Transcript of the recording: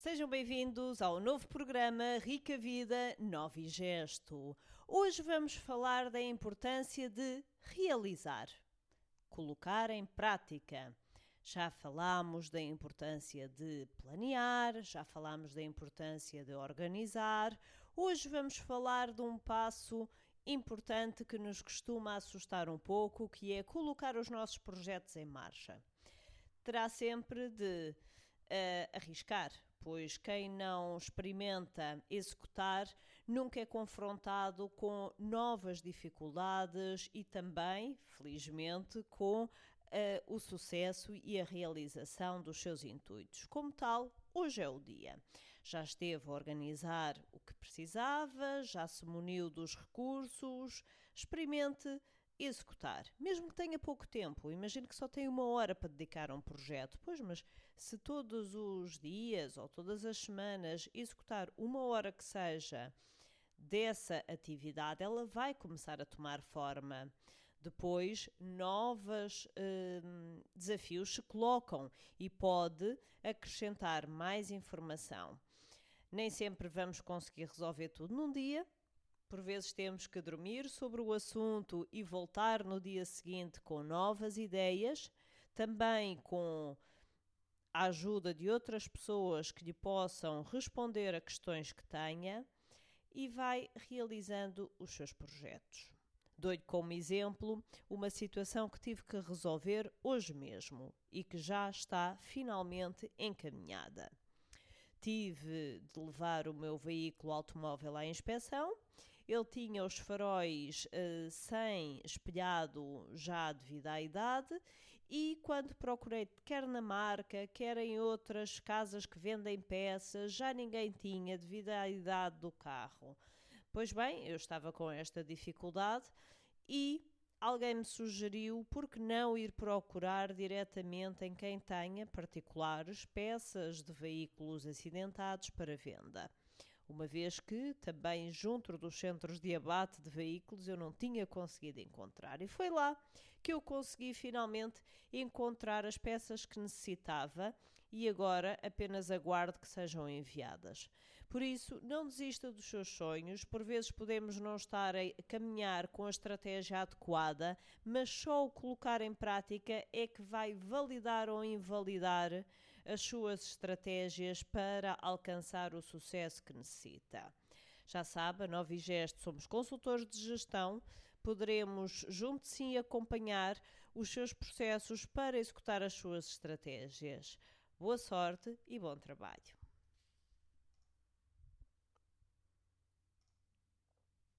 Sejam bem-vindos ao novo programa Rica Vida, Novo Gesto. Hoje vamos falar da importância de realizar, colocar em prática. Já falámos da importância de planear, já falámos da importância de organizar. Hoje vamos falar de um passo importante que nos costuma assustar um pouco, que é colocar os nossos projetos em marcha. Terá sempre de arriscar, pois quem não experimenta executar nunca é confrontado com novas dificuldades e também, felizmente, com o sucesso e a realização dos seus intuitos. Como tal, hoje é o dia. Já esteve a organizar o que precisava, já se muniu dos recursos, experimente executar, mesmo que tenha pouco tempo. Imagino que só tem 1 hora para dedicar a um projeto. Pois, mas se todos os dias ou todas as semanas executar 1 hora que seja dessa atividade, ela vai começar a tomar forma. Depois, novos desafios se colocam e pode acrescentar mais informação. Nem sempre vamos conseguir resolver tudo num dia. Por vezes temos que dormir sobre o assunto e voltar no dia seguinte com novas ideias, também com a ajuda de outras pessoas que lhe possam responder a questões que tenha, e vai realizando os seus projetos. Dou-lhe como exemplo uma situação que tive que resolver hoje mesmo e que já está finalmente encaminhada. Tive de levar o meu veículo automóvel à inspeção. Ele tinha os faróis sem espelhado já devido à idade, e quando procurei quer na marca, quer em outras casas que vendem peças, já ninguém tinha devido à idade do carro. Pois bem, eu estava com esta dificuldade e alguém me sugeriu por que não ir procurar diretamente em quem tenha particulares peças de veículos acidentados para venda. Uma vez que também junto dos centros de abate de veículos eu não tinha conseguido encontrar. E foi lá que eu consegui finalmente encontrar as peças que necessitava e agora apenas aguardo que sejam enviadas. Por isso, não desista dos seus sonhos. Por vezes podemos não estar a caminhar com a estratégia adequada, mas só o colocar em prática é que vai validar ou invalidar as suas estratégias para alcançar o sucesso que necessita. Já sabe, a Novo Gesto somos consultores de gestão, poderemos junto de si acompanhar os seus processos para executar as suas estratégias. Boa sorte e bom trabalho.